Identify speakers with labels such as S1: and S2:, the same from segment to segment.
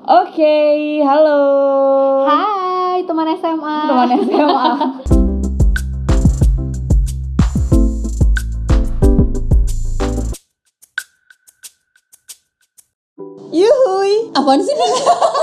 S1: Oke, halo.
S2: Hai teman SMA.
S1: Teman SMA. Yuhui.
S2: Apaan sih nih?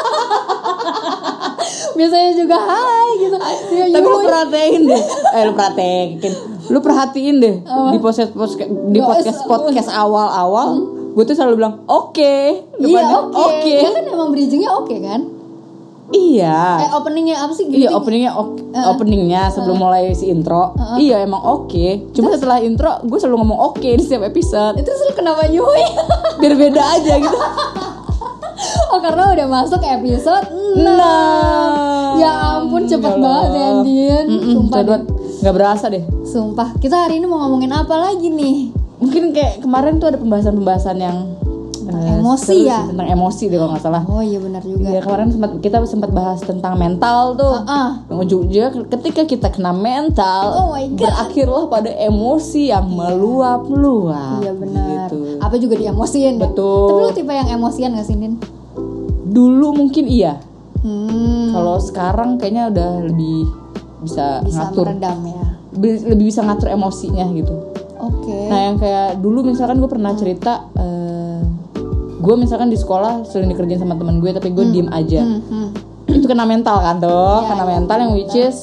S2: Biasanya juga hai gitu. Ya,
S1: Tapi lu perhatiin deh. Lu perhatiin deh di podcast awal-awal. Gue tuh selalu bilang oke.
S2: Iya oke. Ya kan emang bridgingnya oke kan?
S1: Iya.
S2: Openingnya apa sih?
S1: Iya openingnya sebelum mulai si intro. Iya emang oke. Cuma setelah intro gue selalu ngomong oke di setiap episode.
S2: Itu selalu kenapa Yuhui?
S1: Biar beda aja gitu.
S2: Oh karena udah masuk episode 6. Ya ampun cepet banget ya Din. Sumpah deh.
S1: Gak berasa deh.
S2: Sumpah. Kita hari ini mau ngomongin apa lagi nih?
S1: Mungkin kayak kemarin tuh ada pembahasan yang
S2: emosi ya.
S1: Tentang emosi deh kalau nggak salah.
S2: Oh iya benar juga.
S1: Iya kemarin kita sempat bahas tentang mental tuh. Yang ujung-ujungnya ketika kita kena mental, berakhirlah pada emosi yang meluap-luap.
S2: Iya benar.
S1: Gitu.
S2: Apa juga diemosiin.
S1: Betul.
S2: Tapi lu tipe yang emosian nggak sih Din?
S1: Dulu mungkin iya. Kalau sekarang kayaknya udah lebih bisa ngatur.
S2: Meredam ya.
S1: Lebih bisa ngatur emosinya gitu.
S2: Oke.
S1: Nah yang kayak dulu misalkan gue pernah cerita, gue misalkan di sekolah sering dikerjain sama teman gue tapi gue diem aja. Itu kena mental kan tuh, kena mental yang which is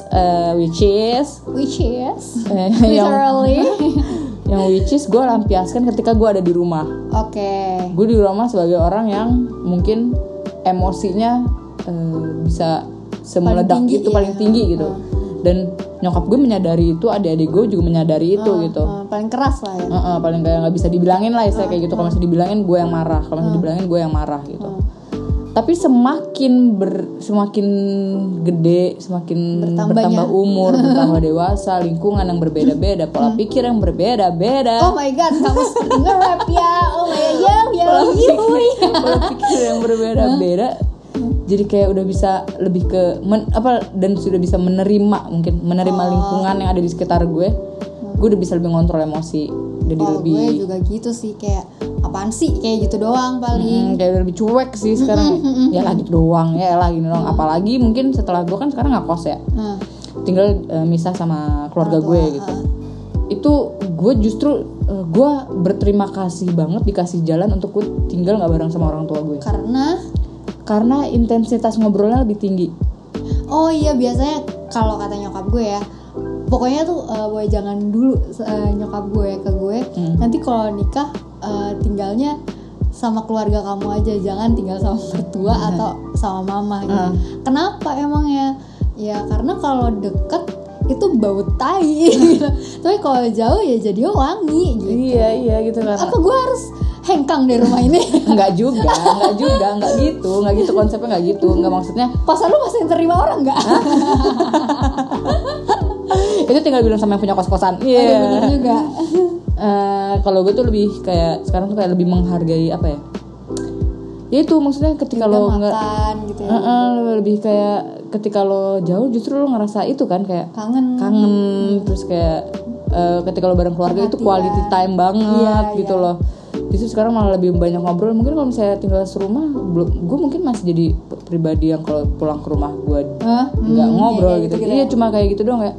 S2: literally
S1: yang which is gue lampiaskan ketika gue ada di rumah.
S2: Oke.
S1: Gue di rumah sebagai orang yang mungkin emosinya bisa semeledak itu paling tinggi gitu. Dan nyokap gue menyadari itu, adik-adik gue juga menyadari itu gitu.
S2: Paling keras lah ya.
S1: Paling kayak nggak bisa dibilangin lah istilah kayak gitu. Kalau masih dibilangin gue yang marah, kalau masih dibilangin gue yang marah gitu. Tapi semakin gede, semakin bertambah umur, bertambah dewasa, lingkungan yang berbeda-beda, pola pikir yang berbeda-beda.
S2: Oh my god, kamu seperti nge-rap ya. Oh my god,
S1: pola pikir yang berbeda-beda. Jadi kayak udah bisa lebih ke dan sudah bisa menerima lingkungan yang ada di sekitar gue. Gue udah bisa lebih ngontrol emosi. Jadi lebih.
S2: Gue juga gitu sih kayak apaan sih kayak gitu doang paling.
S1: Kayak udah lebih cuek sih sekarang. Ya lah gitu doang ya lah gini doang. Apalagi mungkin setelah gue kan sekarang ngekos ya. Tinggal misah sama keluarga gue gitu. Itu gue justru gue berterima kasih banget dikasih jalan untuk gue tinggal nggak bareng sama orang tua gue. Karena intensitas ngobrolnya lebih tinggi.
S2: Oh iya biasanya kalau kata nyokap gue ya, pokoknya tuh boy jangan dulu nyokap gue ke gue. Nanti kalau nikah tinggalnya sama keluarga kamu aja, jangan tinggal sama mertua atau sama mama gitu. Kenapa emang ya? Ya karena kalau deket itu bau tai gitu. Tapi kalau jauh ya jadi wangi gitu.
S1: Iya gitu kan.
S2: Apa gue harus hengkang di rumah ini?
S1: Enggak juga, enggak gitu konsepnya, enggak gitu, enggak maksudnya.
S2: Kosan lu masih terima orang enggak?
S1: Itu tinggal bilang sama yang punya kos-kosan.
S2: Iya. Yeah. Benar juga.
S1: Kalau gue tuh lebih kayak sekarang tuh kayak lebih menghargai apa ya? Ya itu maksudnya ketika lo nggak
S2: gitu ya.
S1: Lebih kayak ketika lo jauh justru lo ngerasa itu kan kayak kangen terus kayak ketika lo bareng keluarga itu quality time banget gitu loh. Justru sekarang malah lebih banyak ngobrol. Mungkin kalau misalnya tinggal serumah, gue mungkin masih jadi pribadi yang kalau pulang ke rumah gue nggak ngobrol gitu. Iya cuma kayak gitu doang kayak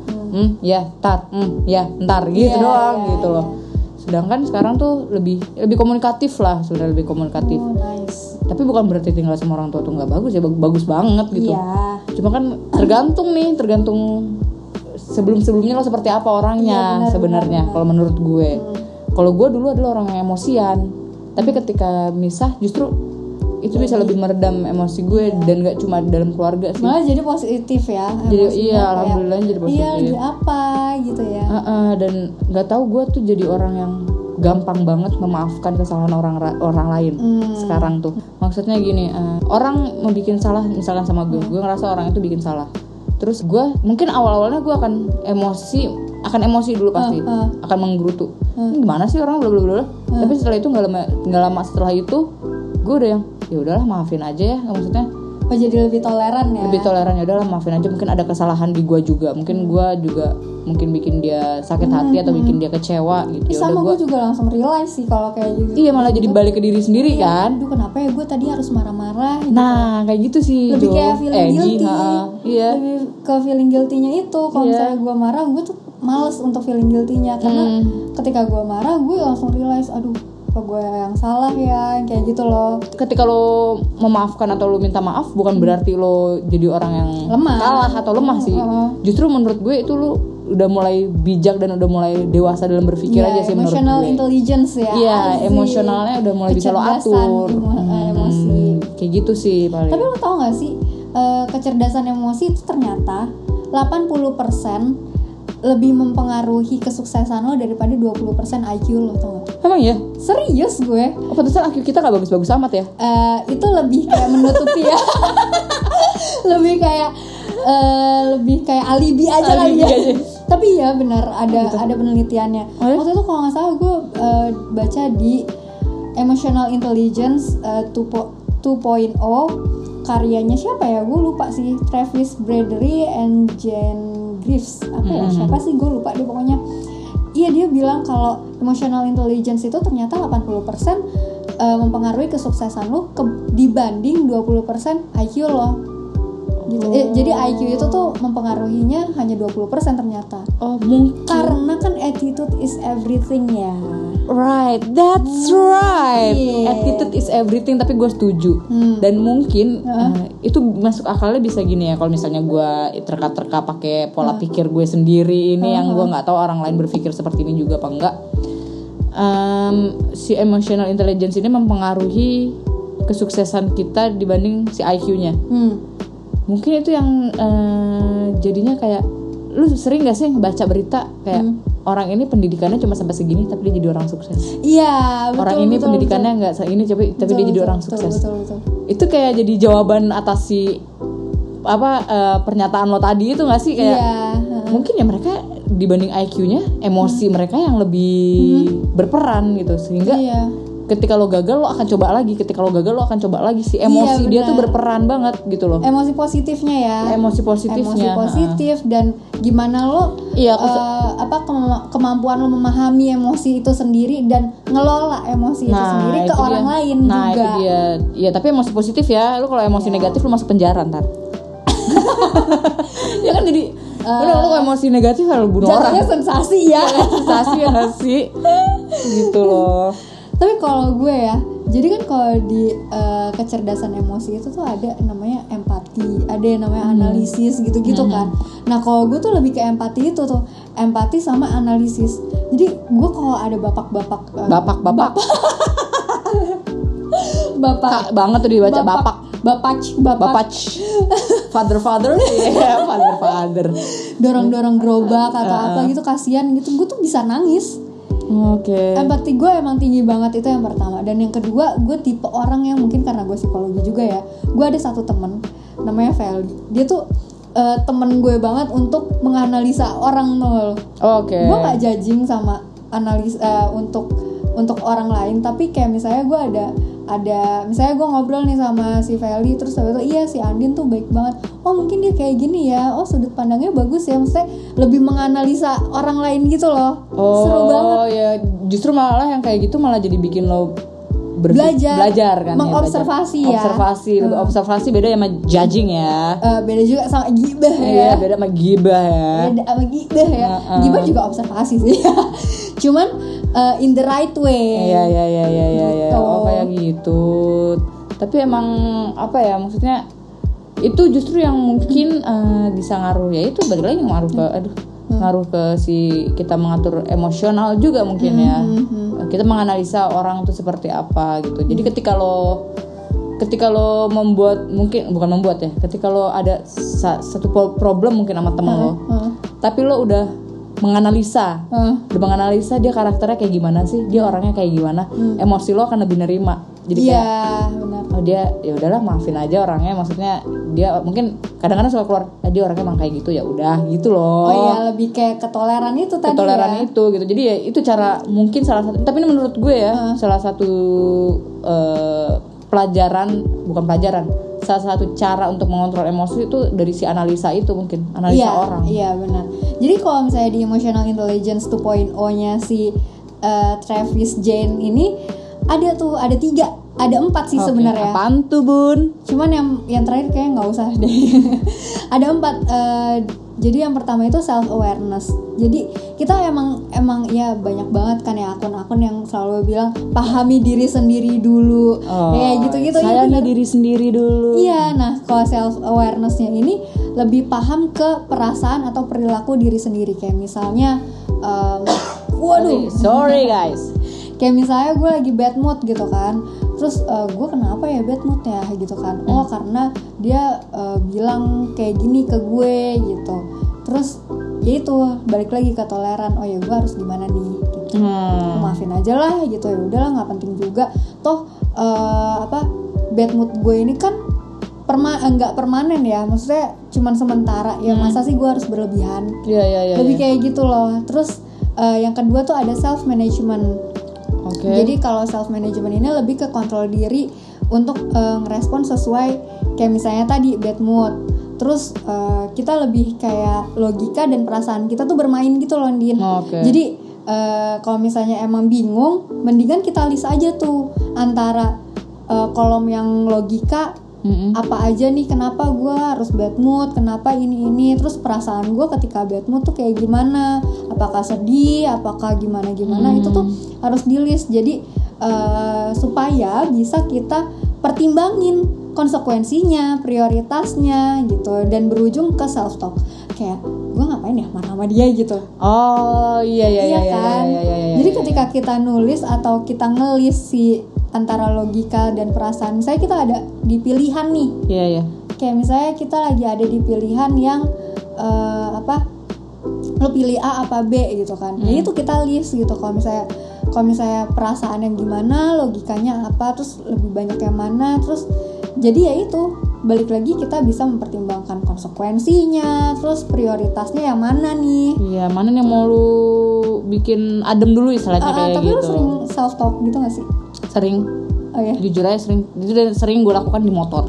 S1: ntar gitu doang gitu loh. Sedangkan sekarang tuh lebih komunikatif lah, sudah lebih komunikatif.
S2: Nice.
S1: Tapi bukan berarti tinggal sama orang tua tuh nggak bagus ya, bagus banget gitu.
S2: Iya.
S1: Cuma kan tergantung sebelumnya lo seperti apa orangnya sebenarnya. Kalau menurut gue. Kalau gue dulu adalah orang yang emosian, tapi ketika misah justru itu bisa lebih meredam emosi gue dan gak cuma dalam keluarga sih.
S2: Malah jadi positif ya.
S1: Jadi alhamdulillah jadi positif.
S2: Iya lagi apa gitu ya.
S1: Dan nggak tahu gue tuh jadi orang yang gampang banget memaafkan kesalahan orang lain sekarang tuh. Maksudnya gini, orang mau bikin salah misalkan sama gue ngerasa orang itu bikin salah. Terus gue mungkin awal-awalnya gue akan emosi dulu pasti, akan menggerutu. Gimana sih orang blablabla. Tapi setelah itu nggak lama setelah itu gue udah yang ya udahlah maafin aja ya. Maksudnya
S2: Oh jadi lebih toleran ya.
S1: Lebih toleran, ya udahlah maafin aja, mungkin ada kesalahan di gue juga, mungkin gue juga mungkin bikin dia sakit hati atau bikin dia kecewa gitu. Ya
S2: sama gue juga langsung realize sih kalau kayak gitu.
S1: Iya, malah jadi balik ke diri sendiri kan.
S2: Aduh kenapa ya gue tadi harus marah-marah gitu.
S1: Nah kayak gitu sih.
S2: Lebih kayak feeling guilty.
S1: Iya.
S2: Lebih ke feeling guilty-nya itu. Kalau misalnya gue marah, gue tuh males untuk feeling guilty-nya. Karena ketika gue marah, gue langsung realize, aduh apa gue yang salah ya, kayak gitu loh.
S1: Ketika lo memaafkan atau lo minta maaf, bukan berarti lo jadi orang yang
S2: lemah,
S1: kalah atau lemah sih. Justru menurut gue itu lo udah mulai bijak dan udah mulai dewasa dalam berpikir aja sih menurut gue.
S2: Emotional intelligence ya.
S1: Iya, emosionalnya udah mulai bisa lo atur.
S2: Emosi.
S1: Kayak gitu sih paling.
S2: Tapi lo tau gak sih, kecerdasan emosi itu ternyata 80% lebih mempengaruhi kesuksesan lo daripada 20% IQ lo, tau gak?
S1: Emang ya?
S2: Serius gue.
S1: Oh, pantesan IQ kita gak bagus-bagus amat ya?
S2: Itu lebih kayak menutupi ya. lebih kayak alibi aja kali ya. Tapi ya benar ada penelitiannya. Oh, ya? Waktu itu kalau nggak salah gue baca di Emotional Intelligence 2.0, karyanya siapa ya? Gue lupa sih. Travis Bradbury and Jane Greaves siapa sih, gue lupa deh pokoknya. Iya, dia bilang kalau emotional intelligence itu ternyata 80% mempengaruhi kesuksesan lo dibanding 20% IQ lo gitu. Jadi IQ itu tuh mempengaruhinya hanya 20% ternyata. Oh, mungkin karena kan attitude is everything ya.
S1: Right, that's right. Attitude is everything, tapi gue setuju. Dan mungkin itu masuk akalnya bisa gini ya, kalau misalnya gue terka-terka pakai pola pikir gue sendiri ini yang gue nggak tahu orang lain berpikir seperti ini juga apa enggak. Si emotional intelligence ini mempengaruhi kesuksesan kita dibanding si IQ-nya. Mungkin itu yang jadinya kayak, lu sering gak sih baca berita kayak orang ini pendidikannya cuma sampai segini tapi dia jadi orang sukses.
S2: Iya, betul.
S1: Orang ini pendidikannya nggak segini tapi dia jadi orang sukses. Betul. Itu kayak jadi jawaban atas si pernyataan lo tadi itu nggak sih, kayak mungkin ya mereka dibanding IQ-nya emosi mereka yang lebih berperan gitu, sehingga ketika lo gagal lo akan coba lagi, ketika lo gagal lo akan coba lagi. Si emosi dia tuh berperan banget gitu loh.
S2: Emosi positifnya ya.
S1: Emosi positif
S2: dan gimana lo kemampuan lo memahami emosi itu sendiri dan ngelola emosi itu sendiri ke orang lain juga.
S1: Nah itu dia. Ya tapi emosi positif ya. Lo kalau emosi negatif lo masuk penjara ntar. Ya kan jadi lo kalau emosi negatif lo bunuh orang.
S2: Jatuhnya sensasi ya.
S1: Sensasi ya gak sih? Gitu loh.
S2: Tapi kalau gue ya, jadi kan kalau di kecerdasan emosi itu tuh ada namanya empati, ada yang namanya analisis gitu-gitu kan. Nah kalau gue tuh lebih ke empati itu tuh, empati sama analisis. Jadi gue kalau ada bapak
S1: banget tuh dibaca bapak father
S2: dorong gerobak atau apa gitu, kasihan gitu, gue tuh bisa nangis.
S1: Oke.
S2: Empati gue emang tinggi banget, itu yang pertama. Dan yang kedua, gue tipe orang yang mungkin karena gue psikologi juga ya, gue ada satu temen namanya Feli. Dia tuh temen gue banget untuk menganalisa orang nol.
S1: Oke.
S2: Gue nggak judging sama analis untuk orang lain, tapi kayak misalnya gue ada misalnya gue ngobrol nih sama si Feli, terus habis itu iya si Andin tuh baik banget, oh mungkin dia kayak gini ya, oh sudut pandangnya bagus ya, maksudnya lebih menganalisa orang lain gitu loh. Seru banget.
S1: Oh ya, justru malah yang kayak gitu malah jadi bikin lo
S2: belajar
S1: kan,
S2: mengobservasi ya.
S1: Observasi beda sama judging ya.
S2: Beda juga sama gibah ya.
S1: Iya, beda sama gibah ya.
S2: Gibah juga observasi sih. Cuman in the right way.
S1: Iya.
S2: Gitu.
S1: Oh kayak gitu. Tapi emang apa ya, maksudnya itu justru yang mungkin bisa ngaruh, ya itu balik lagi ngaruh ke si kita mengatur emosional juga mungkin ya. Kita menganalisa orang tuh seperti apa gitu. Jadi ketika lo membuat, mungkin bukan membuat ya, ketika lo ada satu problem mungkin sama temen lo, tapi lo udah menganalisa dia karakternya kayak gimana sih, dia orangnya kayak gimana, emosi lo akan lebih nerima. Jadi
S2: benar.
S1: Oh dia ya udahlah maafin aja orangnya, maksudnya dia mungkin kadang-kadang suka keluar dia orangnya emang kayak gitu, ya udah gitu loh.
S2: Oh iya, lebih kayak ketoleran itu tadi.
S1: Itu gitu. Jadi ya itu cara, mungkin salah satu, tapi ini menurut gue ya salah satu salah satu cara untuk mengontrol emosi itu dari si analisa itu, mungkin analisa orang.
S2: Iya benar. Jadi kalau misalnya di emotional intelligence 2.0-nya si Travis Jane ini ada 3, ada 4 sih sebenarnya.
S1: Apaan tuh Bun?
S2: Cuman yang terakhir kayaknya nggak usah deh. Ada 4. Jadi yang pertama itu self awareness. Jadi kita emang ya banyak banget kan ya akun-akun yang selalu bilang pahami diri sendiri dulu. Kayak gitu-gitu.
S1: Sayangi diri sendiri dulu.
S2: Iya, nah kalau self awareness-nya ini lebih paham ke perasaan atau perilaku diri sendiri. Kayak misalnya waduh,
S1: sorry guys.
S2: Kayak misalnya gue lagi bad mood gitu kan. Terus gue kenapa ya bad mood ya gitu kan. Oh karena dia bilang kayak gini ke gue gitu. Terus ya itu balik lagi ke toleran. Oh ya gue harus gimana nih gitu. Maafin aja lah gitu, ya udahlah nggak penting juga. Toh bad mood gue ini kan nggak permanen ya. Maksudnya cuman sementara. Ya masa sih gue harus berlebihan.
S1: Iya.
S2: Lebih kayak gitu loh. Terus yang kedua tuh ada self management. Jadi kalau self management ini lebih ke kontrol diri untuk ngerespon sesuai kayak misalnya tadi bad mood. Terus kita lebih kayak logika dan perasaan kita tuh bermain gitu loh, Din. Jadi kalau misalnya emang bingung, mendingan kita list aja tuh antara kolom yang logika, apa aja nih kenapa gue harus bad mood, kenapa ini, terus perasaan gue ketika bad mood tuh kayak gimana, apakah sedih, apakah gimana itu tuh harus di list. Jadi supaya bisa kita pertimbangin konsekuensinya, prioritasnya gitu, dan berujung ke self talk kayak gue ngapain ya marah sama dia gitu. Iya kan. Jadi ketika kita nulis atau kita ngelis si antara logika dan perasaan, misalnya kita ada di pilihan nih.
S1: Iya.
S2: Kayak misalnya kita lagi ada di pilihan yang lo pilih A apa B gitu kan. Ya itu kita list gitu. Kalau misalnya perasaan yang gimana, logikanya apa, terus lebih banyak yang mana, terus jadi ya itu balik lagi kita bisa mempertimbangkan konsekuensinya, terus prioritasnya yang mana nih.
S1: Iya, mana yang mau lu bikin adem dulu istilahnya kayak
S2: tapi
S1: gitu.
S2: Tapi lu sering self talk gitu gak sih?
S1: Sering.
S2: Oh ya.
S1: Jujur aja sering. Itu sering gue lakukan di motor.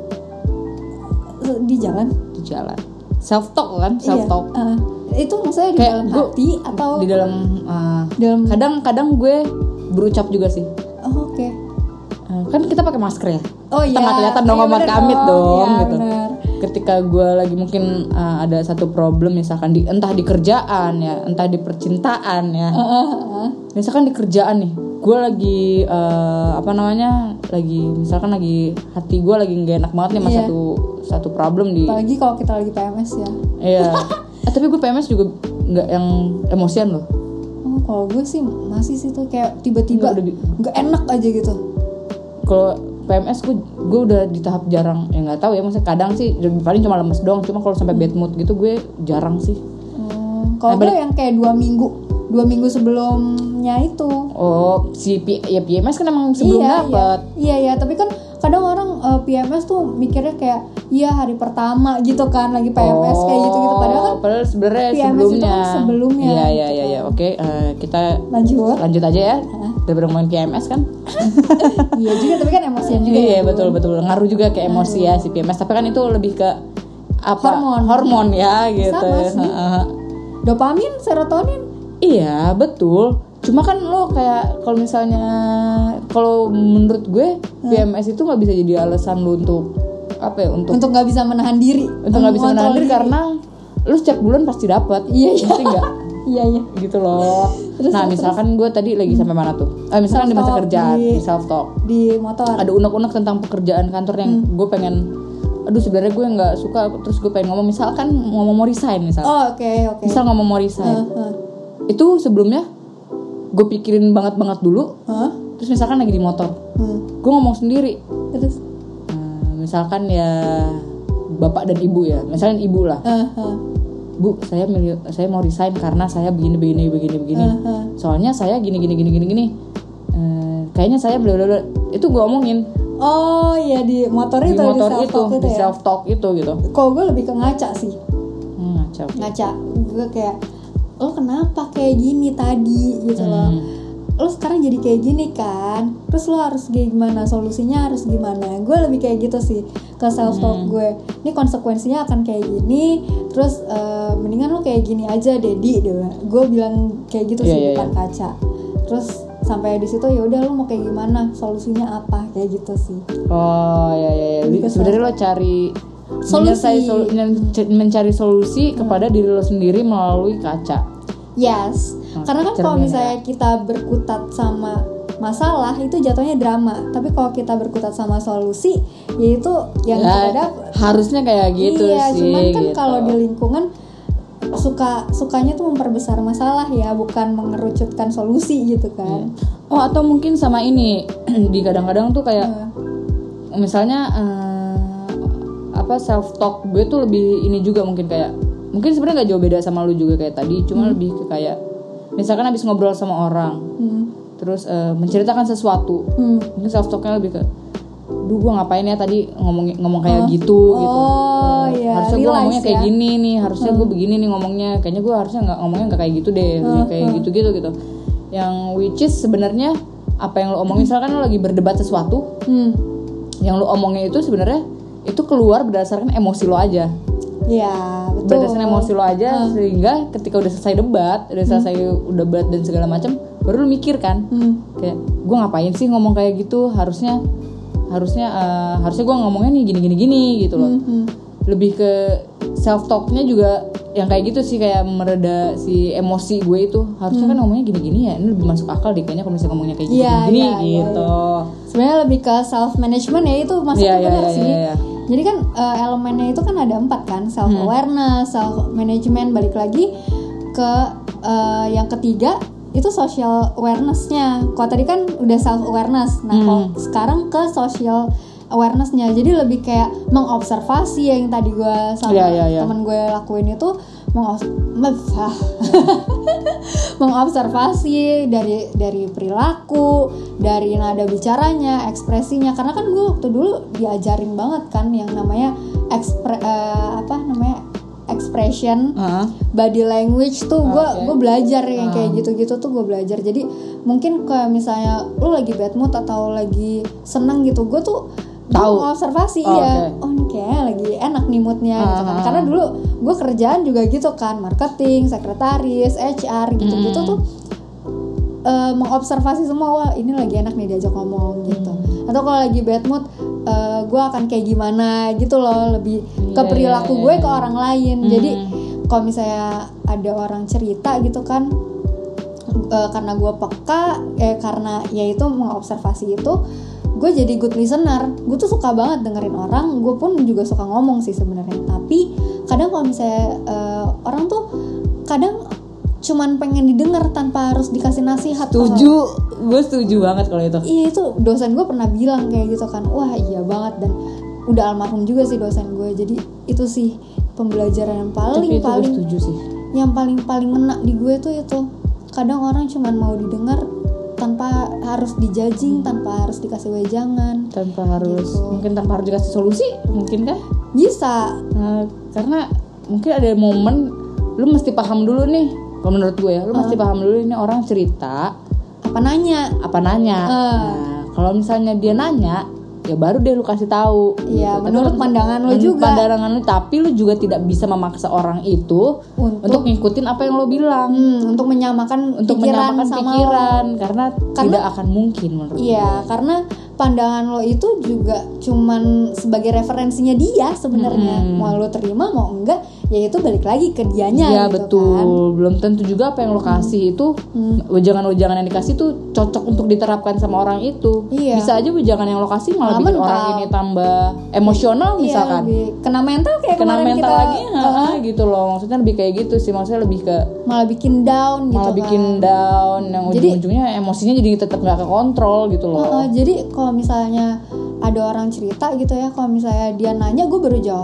S2: Di jalan.
S1: Self talk kan, self talk.
S2: Itu maksudnya di kayak dalam hati atau
S1: di dalam kadang gue berucap juga sih.
S2: Oke.
S1: Kan kita pakai masker ya.
S2: Oh iya.
S1: Nggak kelihatan dong sama kamit dong
S2: ya,
S1: gitu.
S2: Bener.
S1: Ketika gue lagi mungkin ada satu problem misalkan entah di kerjaan ya, entah di percintaan ya. Misalkan di kerjaan nih, gue lagi misalkan lagi hati gue lagi nggak enak banget nih sama satu problem di.
S2: Apalagi kalau kita lagi PMS ya.
S1: Iya. Tapi gue PMS juga nggak yang emosian loh.
S2: Oh, kalau gue sih masih sih tuh kayak tiba-tiba nggak enak aja gitu.
S1: Kalau PMS gue udah di tahap jarang, ya nggak tahu ya, maksudnya kadang sih paling cuma lemes doang, cuma kalau sampai bad mood gitu gue jarang sih.
S2: Kalau gue yang kayak 2 minggu sebelumnya itu.
S1: Oh, PMS kan emang sebelum dapat.
S2: Iya, tapi kan kadang orang PMS tuh mikirnya kayak hari pertama gitu kan lagi PMS kayak gitu padahal
S1: sebenarnya
S2: sebelumnya.
S1: Iya. Oke, kita lanjut aja ya. Daripada ngomongin PMS kan.
S2: Iya juga, tapi kan emosian juga.
S1: Iya, betul. Ngaruh juga ke emosi ya si PMS, tapi kan itu lebih ke hormon ya gitu.
S2: Sama sih. Dopamin, serotonin.
S1: Iya, betul. Cuma kan lo kayak kalau menurut gue PMS itu nggak bisa jadi alasan lo untuk
S2: nggak bisa menahan diri.
S1: Untuk nggak bisa menahan diri karena lo setiap bulan pasti dapat. Iya. Pasti nggak.
S2: Iya.
S1: Gitu loh. Misalkan gue tadi lagi sampai mana tuh? Misalkan di masa kerjaan, di self talk,
S2: di motor.
S1: Ada unek-unek tentang pekerjaan kantor yang gue pengen. Aduh, sebenarnya gue nggak suka. Terus gue pengen ngomong, misalkan ngomong mau resign misal.
S2: Oh, oke.
S1: Misal ngomong mau resign. Itu sebelumnya gue pikirin banget dulu. Terus misalkan lagi di motor, gue ngomong sendiri.
S2: Terus
S1: misalkan ya bapak dan ibu ya, misalkan ibu lah. Bu, saya mau resign karena saya begini. Soalnya saya gini. Kayaknya saya bla. Itu gue omongin.
S2: Oh iya, di motor itu,
S1: di self talk itu gitu.
S2: Kalau gue lebih ke ngaca sih.
S1: Ngaca.
S2: Gue kayak, lo kenapa kayak gini tadi gitu loh. lo sekarang jadi kayak gini kan, terus lo harus gimana, solusinya harus gimana. Gue lebih kayak gitu sih ke self talk gue. Ini konsekuensinya akan kayak gini, terus mendingan lo kayak gini aja Dedi deh. Gue bilang kayak gitu sih depan kaca. Terus sampai di situ ya udah lo mau kayak gimana, solusinya apa, kayak gitu sih.
S1: Oh ya. Sebenarnya lo cari mencari solusi kepada diri lo sendiri melalui kaca.
S2: Yes, karena kan kalau misalnya kita berkutat sama masalah itu jatuhnya drama, tapi kalau kita berkutat sama solusi, yaitu yang kita dapat.
S1: Harusnya kayak gitu sih. Iya,
S2: cuman kan
S1: gitu.
S2: Kalau di lingkungan sukanya tuh memperbesar masalah ya, bukan mengerucutkan solusi gitu kan.
S1: Oh, atau mungkin sama ini di kadang-kadang tuh kayak misalnya self talk gue tuh lebih ini juga mungkin sebenarnya nggak jauh beda sama lu juga kayak tadi, cuma lebih ke kayak misalkan habis ngobrol sama orang, terus menceritakan sesuatu, mungkin self talknya lebih ke, gue ngapain ya tadi ngomong kayak gitu.
S2: Iya,
S1: harusnya gue ngomongnya kayak gini nih, harusnya gue begini nih ngomongnya, kayaknya gue harusnya ngomongnya nggak kayak gitu deh, kayak gitu. Yang which is sebenarnya apa yang lo omongin, misalkan lo lagi berdebat sesuatu, yang lo omongnya itu sebenarnya itu keluar berdasarkan emosi lo aja.
S2: Iya, betul.
S1: Berdasarkan emosi lo aja, sehingga ketika udah selesai debat, udah debat dan segala macam, baru lo mikir kan, kayak gue ngapain sih ngomong kayak gitu, harusnya gue ngomongnya nih gini gitu loh. Lebih ke self talknya juga yang kayak gitu sih, kayak mereda si emosi gue itu. Harusnya kan ngomongnya gini ya, ini lebih masuk akal deh kayaknya kalau misalnya ngomongnya kayak gini gitu.
S2: Sebenarnya lebih ke self management ya, itu maksudnya benar sih. Jadi kan elemennya itu kan ada 4 kan, self awareness, self management, balik lagi ke yang ketiga itu social awareness-nya. Kalau tadi kan udah self awareness, nah kalau sekarang ke social awareness-nya, jadi lebih kayak mengobservasi yang tadi gue sama temen gue lakuin itu, mengobservasi dari perilaku, dari nada bicaranya, ekspresinya. Karena kan gue waktu dulu diajarin banget kan yang namanya expression, body language tuh gue belajar yang kayak gitu-gitu tuh gue belajar. Jadi mungkin kayak misalnya lu lagi bad mood atau lagi seneng gitu, gue tuh tahu observasi oh ini kayaknya lagi enak nih moodnya gitu kan. Karena dulu gue kerjaan juga gitu kan, marketing, sekretaris, HR gitu-gitu tuh mengobservasi semua, wah ini lagi enak nih diajak ngomong gitu. Atau kalau lagi bad mood, gue akan kayak gimana gitu loh, lebih ke perilaku gue ke orang lain. Jadi kalau misalnya ada orang cerita gitu kan, karena gue peka, karena yaitu mengobservasi itu, gue jadi good listener. Gue tuh suka banget dengerin orang. Gue pun juga suka ngomong sih sebenarnya. Tapi kadang kalau misalnya orang tuh kadang cuman pengen didengar tanpa harus dikasih nasihat.
S1: Gue setuju banget kalau itu.
S2: Iya, itu dosen gue pernah bilang kayak gitu kan. Wah iya banget, dan udah almarhum juga sih dosen gue. Jadi itu sih pembelajaran yang paling
S1: setuju sih.
S2: Yang paling ngena di gue tuh itu. Kadang orang cuman mau didengar tanpa harus dijudging, tanpa harus dikasih wejangan,
S1: tanpa harus dikasih solusi, mungkin kah?
S2: Bisa.
S1: Karena mungkin ada momen lu mesti paham dulu nih. Kalau menurut gue ya, lu mesti paham dulu ini orang cerita
S2: apa nanya.
S1: Nah, kalau misalnya dia nanya, ya baru deh lu kasih tahu.
S2: Iya,
S1: gitu.
S2: menurut pandangan lu juga.
S1: Pandangan lu, tapi lu juga tidak bisa memaksa orang itu untuk ngikutin apa yang lo bilang.
S2: Untuk menyamakan pikiran
S1: karena tidak akan mungkin menurut gue.
S2: Iya, karena pandangan lo itu juga cuman sebagai referensinya dia sebenarnya. Mau lo terima mau enggak, ya itu balik lagi ke dianya.
S1: Iya
S2: gitu
S1: betul
S2: kan.
S1: Belum tentu juga apa yang lo kasih itu wejangan-wejangan yang dikasih tuh cocok untuk diterapkan sama orang itu.
S2: Iya.
S1: Bisa aja wejangan yang lo kasih malah bikin orang ini tambah emosional misalkan.
S2: Iya, kena mental kayak
S1: kena
S2: kemarin
S1: mental
S2: kita
S1: lagi gitu loh. Maksudnya lebih kayak gitu sih. Maksudnya lebih ke
S2: malah bikin down gitu.
S1: Malah bikin down, yang ujung-ujungnya emosinya jadi tetap nggak kekontrol gitu loh.
S2: Jadi kalau misalnya ada orang cerita gitu ya, kalau misalnya dia nanya gue baru jawab.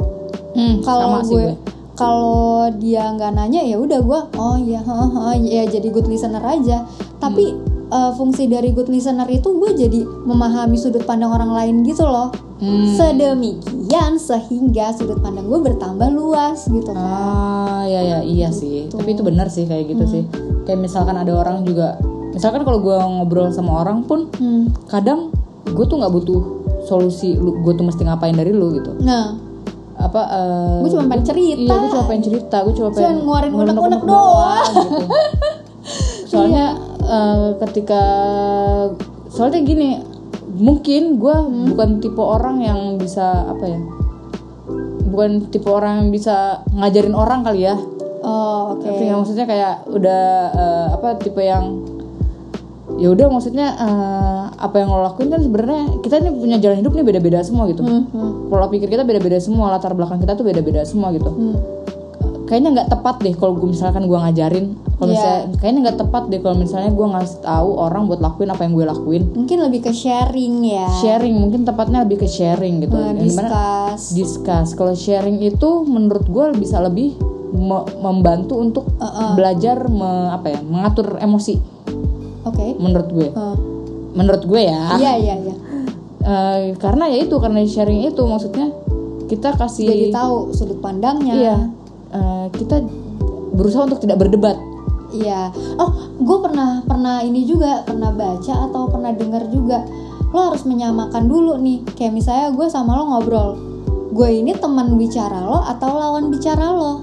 S2: Kalau dia nggak nanya ya udah gue ya jadi good listener aja. Tapi fungsi dari good listener itu gue jadi memahami sudut pandang orang lain gitu loh. Sedemikian sehingga sudut pandang gue bertambah luas gitu kan.
S1: Iya sih. Tapi itu benar sih kayak gitu sih. Kayak misalkan ada orang juga, misalkan kalau gue ngobrol sama orang pun kadang gue tuh nggak butuh solusi gue tuh mesti ngapain dari lu gitu.
S2: Gue cuma pengen cerita.
S1: Iya, gue cuma pengen cerita, gue cuma pengen
S2: ngeluarin unek-unek doang
S1: gitu. Soalnya soalnya gini, mungkin gue bukan tipe orang yang bisa bukan tipe orang yang bisa ngajarin orang kali ya.
S2: Oke.
S1: Tapi maksudnya kayak udah tipe yang ya udah, maksudnya apa yang lo lakuin kan sebenarnya kita ini punya jalan hidup nih beda-beda semua gitu. Pola pikir kita beda-beda semua, latar belakang kita tuh beda-beda semua gitu. Kayaknya nggak tepat deh kalau misalkan gue ngajarin. Kalau misalnya kayaknya nggak tepat deh kalau misalnya gue ngasih tahu orang buat lakuin apa yang gue lakuin.
S2: Mungkin lebih ke sharing ya.
S1: Sharing, mungkin tepatnya lebih ke sharing gitu. Discuss. Kalau sharing itu menurut gue bisa lebih membantu untuk belajar mengatur emosi.
S2: Oke.
S1: Menurut gue ya.
S2: Iya.
S1: Karena sharing itu maksudnya kita kasih
S2: jadi tahu sudut pandangnya.
S1: Iya. Kita berusaha untuk tidak berdebat.
S2: Iya. Gue pernah ini juga, pernah baca atau pernah dengar juga. Lo harus menyamakan dulu nih. Kayak misalnya gue sama lo ngobrol. Gue ini teman bicara lo atau lawan bicara lo?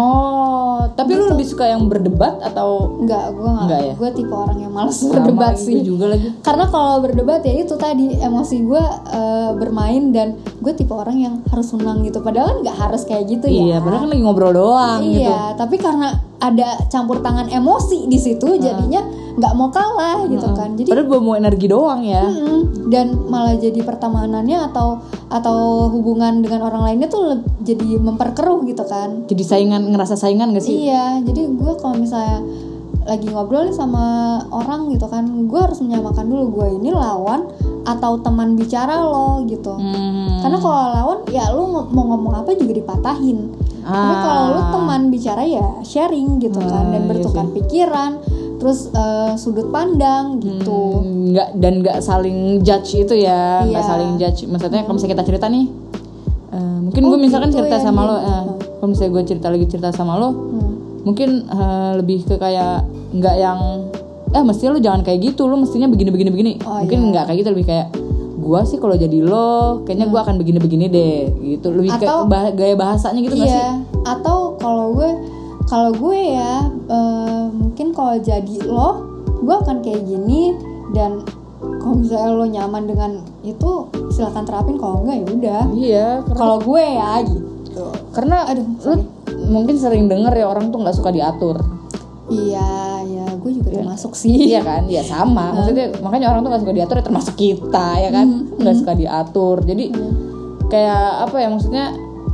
S1: Tapi gitu. Lu lebih suka yang berdebat atau?
S2: Enggak, gue enggak ya? Gue tipe orang yang malas berdebat sih.
S1: Juga lagi.
S2: Karena kalau berdebat ya itu tadi emosi gue bermain, dan gue tipe orang yang harus menang gitu. Padahal kan nggak harus kayak gitu ya.
S1: Iya, padahal kan lagi ngobrol doang gitu.
S2: Iya, tapi karena ada campur tangan emosi di situ, jadinya nggak mau kalah gitu kan. Jadi
S1: padahal mau energi doang ya.
S2: Dan malah jadi pertemanannya atau hubungan dengan orang lainnya tuh jadi memperkeruh gitu kan.
S1: Jadi ngerasa saingan gak sih?
S2: Iya, jadi gue kalau misalnya lagi ngobrol sama orang gitu kan, gue harus menyamakan dulu gue ini lawan atau teman bicara lo gitu. Karena kalau lawan ya lu mau ngomong apa juga dipatahin. Tapi kalau lu teman bicara ya sharing gitu kan, dan bertukar pikiran, terus sudut pandang gitu.
S1: Nggak saling judge itu ya, nggak saling judge. Maksudnya kalau misalnya kita cerita nih, mungkin gue misalkan gitu cerita sama lo, kalau misalnya gue cerita sama lo, mungkin lebih ke kayak nggak yang mestinya lo jangan kayak gitu, lo mestinya begini. Mungkin nggak kayak gitu, lebih kayak gue sih kalau jadi lo kayaknya gue akan begini deh gitu. Lebih atau, ke gaya bahasanya gitu nggak sih?
S2: Atau kalau gue ya mungkin kalau jadi lo, gue akan kayak gini, dan kalau misalnya lo nyaman dengan itu silakan terapin, kalau enggak ya udah. Iya. Kalau gue ya gitu.
S1: Karena lo mungkin sering denger ya orang tuh nggak suka diatur.
S2: Iya, gue juga termasuk sih.
S1: Iya kan, ya sama. Maksudnya makanya orang tuh nggak suka diatur ya, termasuk kita ya kan, nggak suka diatur. Jadi kayak apa ya, maksudnya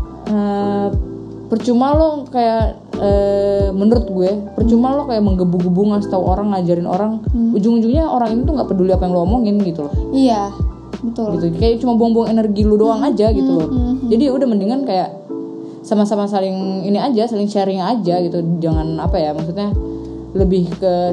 S1: percuma lo kayak menurut gue percuma lo kayak menggebu-gebu ngasih tahu orang, ngajarin orang, ujung-ujungnya orang ini tuh nggak peduli apa yang lo omongin gitu loh.
S2: Iya, betul.
S1: Gitu, kayak cuma buang-buang energi lo doang aja gitu loh. Jadi udah mendingan kayak sama-sama saling ini aja, saling sharing aja gitu. Jangan apa ya, maksudnya lebih ke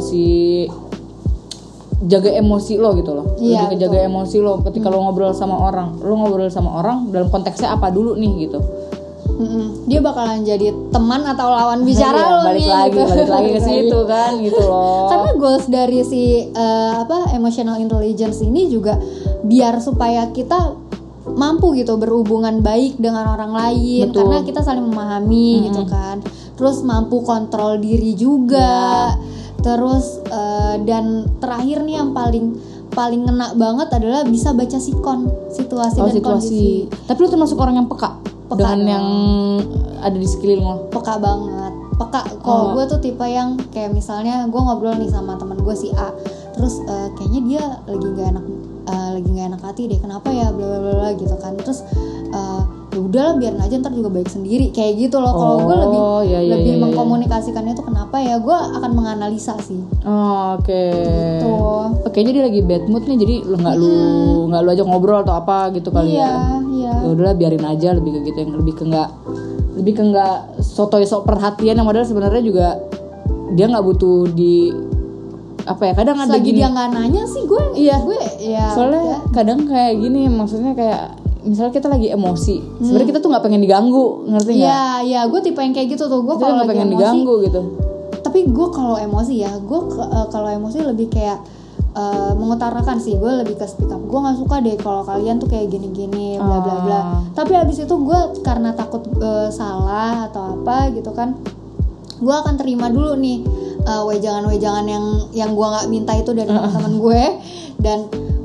S1: jaga emosi lo gitu loh.
S2: Iya,
S1: lebih ke jaga emosi lo ketika lo ngobrol sama orang. Lo ngobrol sama orang dalam konteksnya apa dulu nih gitu.
S2: Dia bakalan jadi teman atau lawan bicara lo
S1: balik
S2: nih.
S1: Balik lagi ke situ kan gitu loh.
S2: Karena goals dari si emotional intelligence ini juga biar supaya kita mampu gitu berhubungan baik dengan orang lain. Betul. Karena kita saling memahami gitu kan. Terus mampu kontrol diri juga. Terus dan terakhir nih yang paling ngena banget adalah bisa baca situasi dan kondisi.
S1: Tapi lu termasuk orang yang peka dengan yang ada di sekeliling lo?
S2: Peka banget. Kalau gue tuh tipe yang kayak misalnya gue ngobrol nih sama teman gue si A, terus kayaknya dia lagi nggak enak hati deh, kenapa ya, bla bla bla gitu kan. Terus ya udahlah biarin aja, ntar juga baik sendiri kayak gitu loh. Kalau gue lebih mengkomunikasikannya tuh kenapa ya, gue akan menganalisa sih.
S1: Oke.
S2: Gitu.
S1: Kayaknya dia lagi bad mood nih, jadi nggak lu ajak ngobrol atau apa gitu kali ya. Iya. Ya udahlah biarin aja, lebih ke gitu, yang lebih ke nggak sotoy sok perhatian, yang padahal sebenarnya juga dia nggak butuh di apa ya, kadang ada
S2: selagi
S1: gini
S2: dia nggak nanya sih gue
S1: soalnya kadang kayak gini, maksudnya kayak misalnya kita lagi emosi, sebenarnya kita tuh nggak pengen diganggu, ngerti nggak?
S2: Iya, gue tipe yang kayak gitu tuh. Gue kalau lagi
S1: pengen
S2: emosi
S1: diganggu gitu.
S2: Tapi gue kalau emosi ya, kalau emosi lebih kayak mengutarakan sih, gue lebih ke speak up. Gue nggak suka deh kalau kalian tuh kayak gini-gini bla bla bla. Tapi abis itu gue karena takut salah atau apa gitu kan, gue akan terima dulu nih wejangan yang gue nggak minta itu dari teman-teman gue, dan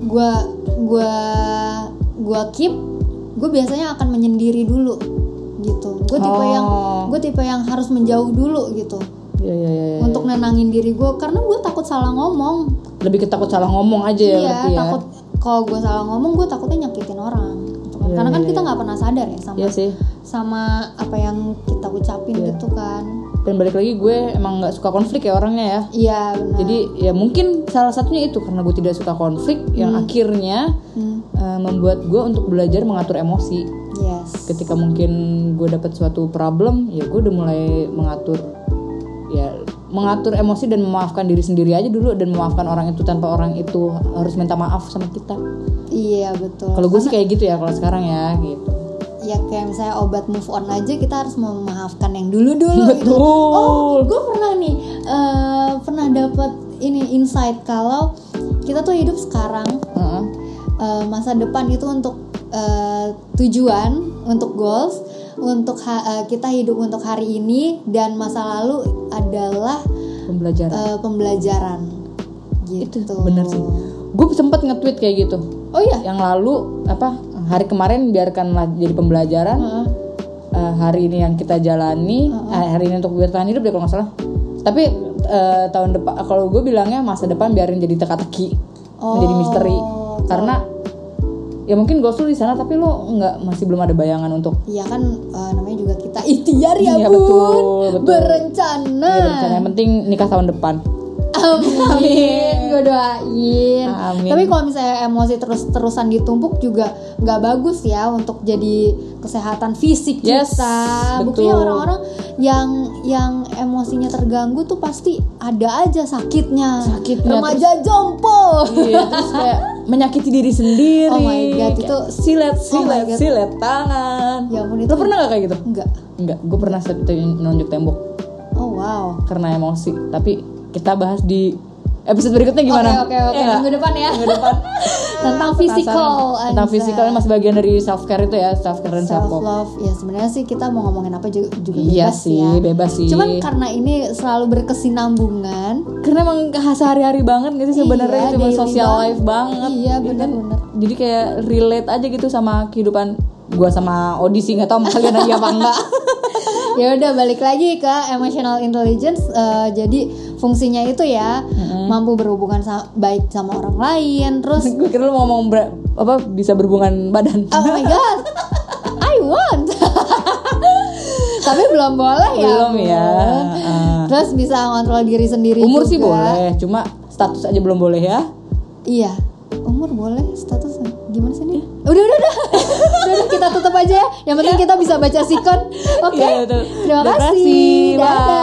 S2: gue keep. Gue biasanya akan menyendiri dulu gitu. Gue tipe yang harus menjauh dulu gitu.
S1: Ya.
S2: Untuk nenangin diri gue, karena gue takut salah ngomong.
S1: Lebih ketakut salah ngomong aja ya.
S2: Iya, takut kalau gue salah ngomong, gue takutnya nyakitin orang gitu kan. Karena kan kita nggak pernah sadar ya sama apa yang kita ucapin gitu kan.
S1: Dan balik lagi, gue emang nggak suka konflik ya orangnya ya.
S2: Iya benar.
S1: Jadi ya mungkin salah satunya itu karena gue tidak suka konflik yang akhirnya membuat gue untuk belajar mengatur emosi.
S2: Yes.
S1: Ketika mungkin gue dapat suatu problem, ya gue udah mulai mengatur emosi dan memaafkan diri sendiri aja dulu, dan memaafkan orang itu tanpa orang itu harus minta maaf sama kita.
S2: Iya betul.
S1: Kalau gue sih kayak gitu ya kalau sekarang ya gitu.
S2: Ya kayak misalnya obat move on aja, kita harus memaafkan yang dulu-dulu gitu.
S1: Betul.
S2: Oh, gue pernah dapat ini insight kalau kita tuh hidup sekarang, masa depan itu untuk tujuan, untuk goals, untuk kita hidup untuk hari ini, dan masa lalu adalah pembelajaran. Gitu.
S1: Itu benar sih. Gue sempat nge-tweet kayak gitu.
S2: Oh iya.
S1: Yang lalu hari kemarin biarkanlah jadi pembelajaran. Hari ini yang kita jalani, hari ini untuk bertahan hidup deh kalau nggak salah. Tapi tahun depan, kalau gue bilangnya masa depan biarin jadi teka-teki, menjadi misteri. Karena ya mungkin goals lu di sana, tapi lu masih belum ada bayangan untuk.
S2: Iya kan, namanya juga kita ikhtiar ya,
S1: iya,
S2: Bun.
S1: Betul.
S2: Berencana.
S1: Iya, berencana. Yang penting nikah tahun depan.
S2: Amin. Gue doain.
S1: Amin.
S2: Tapi kalau misalnya emosi terus-terusan ditumpuk juga nggak bagus ya untuk jadi kesehatan fisik kita. Buktinya orang-orang yang emosinya terganggu tuh pasti ada aja sakitnya. Remaja jompo.
S1: Iya, terus kayak menyakiti diri sendiri.
S2: Oh my god, itu
S1: silet tangan.
S2: Ya ampun, itu.
S1: Lo pernah gak kayak gitu?
S2: Enggak.
S1: Gue pernah nonjok tembok.
S2: Oh wow.
S1: Karena emosi. Tapi kita bahas di episode berikutnya gimana?
S2: Oke. Minggu depan ya. Tentang physical.
S1: Tentang physical masih bagian dari self care itu ya, self care dan self
S2: love. Ya sebenarnya sih kita mau ngomongin apa juga
S1: iya
S2: bebas
S1: sih,
S2: ya.
S1: Bebas sih.
S2: Cuman karena ini selalu berkesinambungan.
S1: Karena emang sehari-hari banget gak sih sebenarnya, cuma social life banget.
S2: Iya benar-benar.
S1: Jadi kayak relate aja gitu sama kehidupan gua sama Audisi, nggak tahu kalian lagi apa enggak.
S2: Ya udah, balik lagi ke emotional intelligence. Jadi fungsinya itu ya mampu berhubungan baik sama orang lain. Terus
S1: gue kira lu ngomong bisa berhubungan badan.
S2: Oh my god, I want. Tapi belum boleh ya.
S1: Belum ya.
S2: Terus bisa ngontrol diri sendiri.
S1: Umur
S2: juga.
S1: Sih boleh, cuma status aja belum boleh ya.
S2: Iya, umur boleh, status gimana sih nih? Udah kita tutup aja ya. Yang penting kita bisa baca sikon. Oke.
S1: Ya,
S2: Terima kasih. Dadah.